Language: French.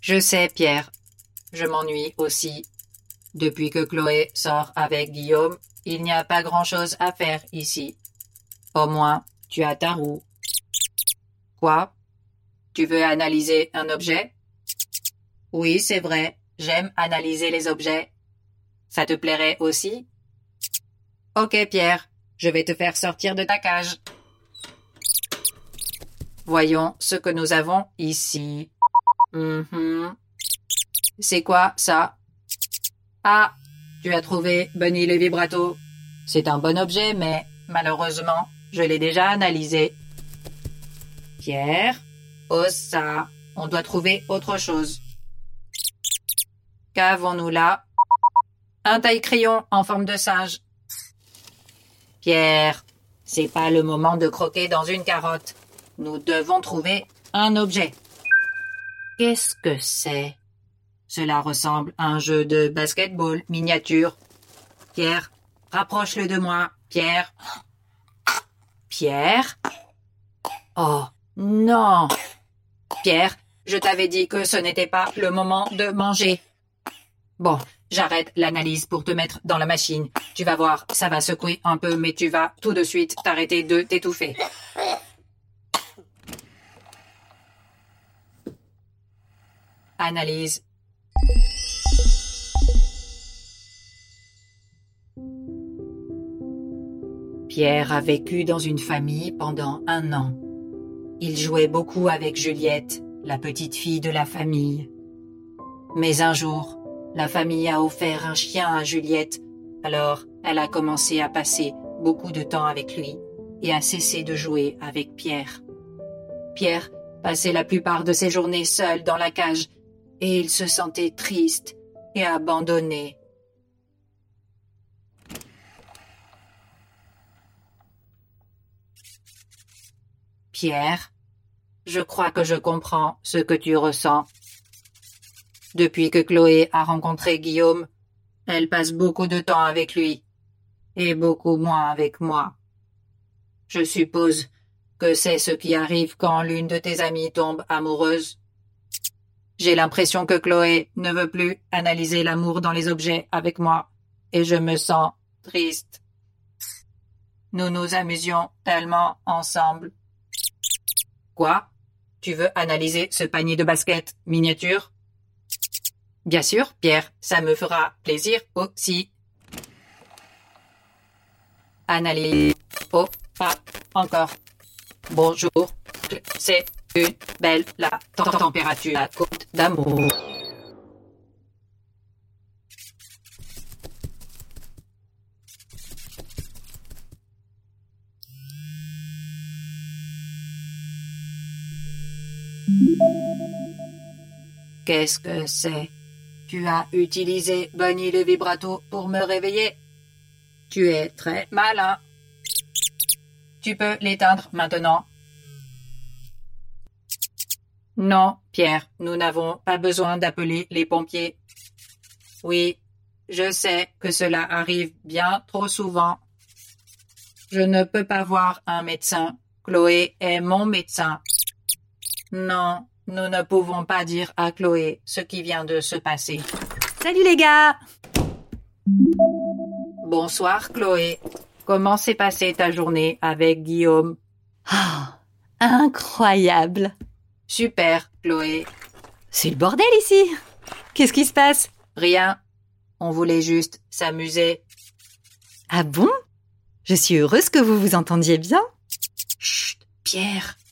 Je sais, Pierre. Je m'ennuie aussi. Depuis que Chloé sort avec Guillaume, il n'y a pas grand-chose à faire ici. Au moins, tu as ta roue. Quoi? Tu veux analyser un objet? Oui, c'est vrai. J'aime analyser les objets. Ça te plairait aussi? Ok, Pierre. Je vais te faire sortir de ta cage. Voyons ce que nous avons ici. C'est quoi, ça? Ah, tu as trouvé Bunny le vibrato. C'est un bon objet, mais malheureusement, je l'ai déjà analysé. Pierre, ose ça. On doit trouver autre chose. Qu'avons-nous là? Un taille-crayon en forme de singe. Pierre, c'est pas le moment de croquer dans une carotte. Nous devons trouver un objet. Qu'est-ce que c'est? Cela ressemble à un jeu de basketball miniature. Pierre, rapproche-le de moi. Pierre. Pierre? Oh, non. Pierre, je t'avais dit que ce n'était pas le moment de manger. Bon, j'arrête l'analyse pour te mettre dans la machine. Tu vas voir, ça va secouer un peu, mais tu vas tout de suite t'arrêter de t'étouffer. Analyse. Pierre a vécu dans une famille pendant 1 an. Il jouait beaucoup avec Juliette, la petite fille de la famille. Mais un jour, la famille a offert un chien à Juliette, alors elle a commencé à passer beaucoup de temps avec lui et a cessé de jouer avec Pierre. Pierre passait la plupart de ses journées seul dans la cage et il se sentait triste et abandonné. Pierre, je crois que je comprends ce que tu ressens. Depuis que Chloé a rencontré Guillaume, elle passe beaucoup de temps avec lui et beaucoup moins avec moi. Je suppose que c'est ce qui arrive quand l'une de tes amies tombe amoureuse. J'ai l'impression que Chloé ne veut plus analyser l'amour dans les objets avec moi et je me sens triste. Nous nous amusions tellement ensemble. Quoi? Tu veux analyser ce panier de basket miniature? Bien sûr, Pierre, ça me fera plaisir aussi. Analyse. Oh, pas encore. Bonjour. C'est une belle la température à côte d'amour. Qu'est-ce que c'est? Tu as utilisé Bunny le vibrato pour me réveiller? Tu es très malin. Tu peux l'éteindre maintenant. Non, Pierre, nous n'avons pas besoin d'appeler les pompiers. Oui, je sais que cela arrive bien trop souvent. Je ne peux pas voir un médecin. Chloé est mon médecin. Non, nous ne pouvons pas dire à Chloé ce qui vient de se passer. Salut les gars! Bonsoir Chloé. Comment s'est passée ta journée avec Guillaume? Oh, incroyable! Super, Chloé. C'est le bordel ici! Qu'est-ce qui se passe? Rien. On voulait juste s'amuser. Ah bon? Je suis heureuse que vous vous entendiez bien. Chut, Pierre.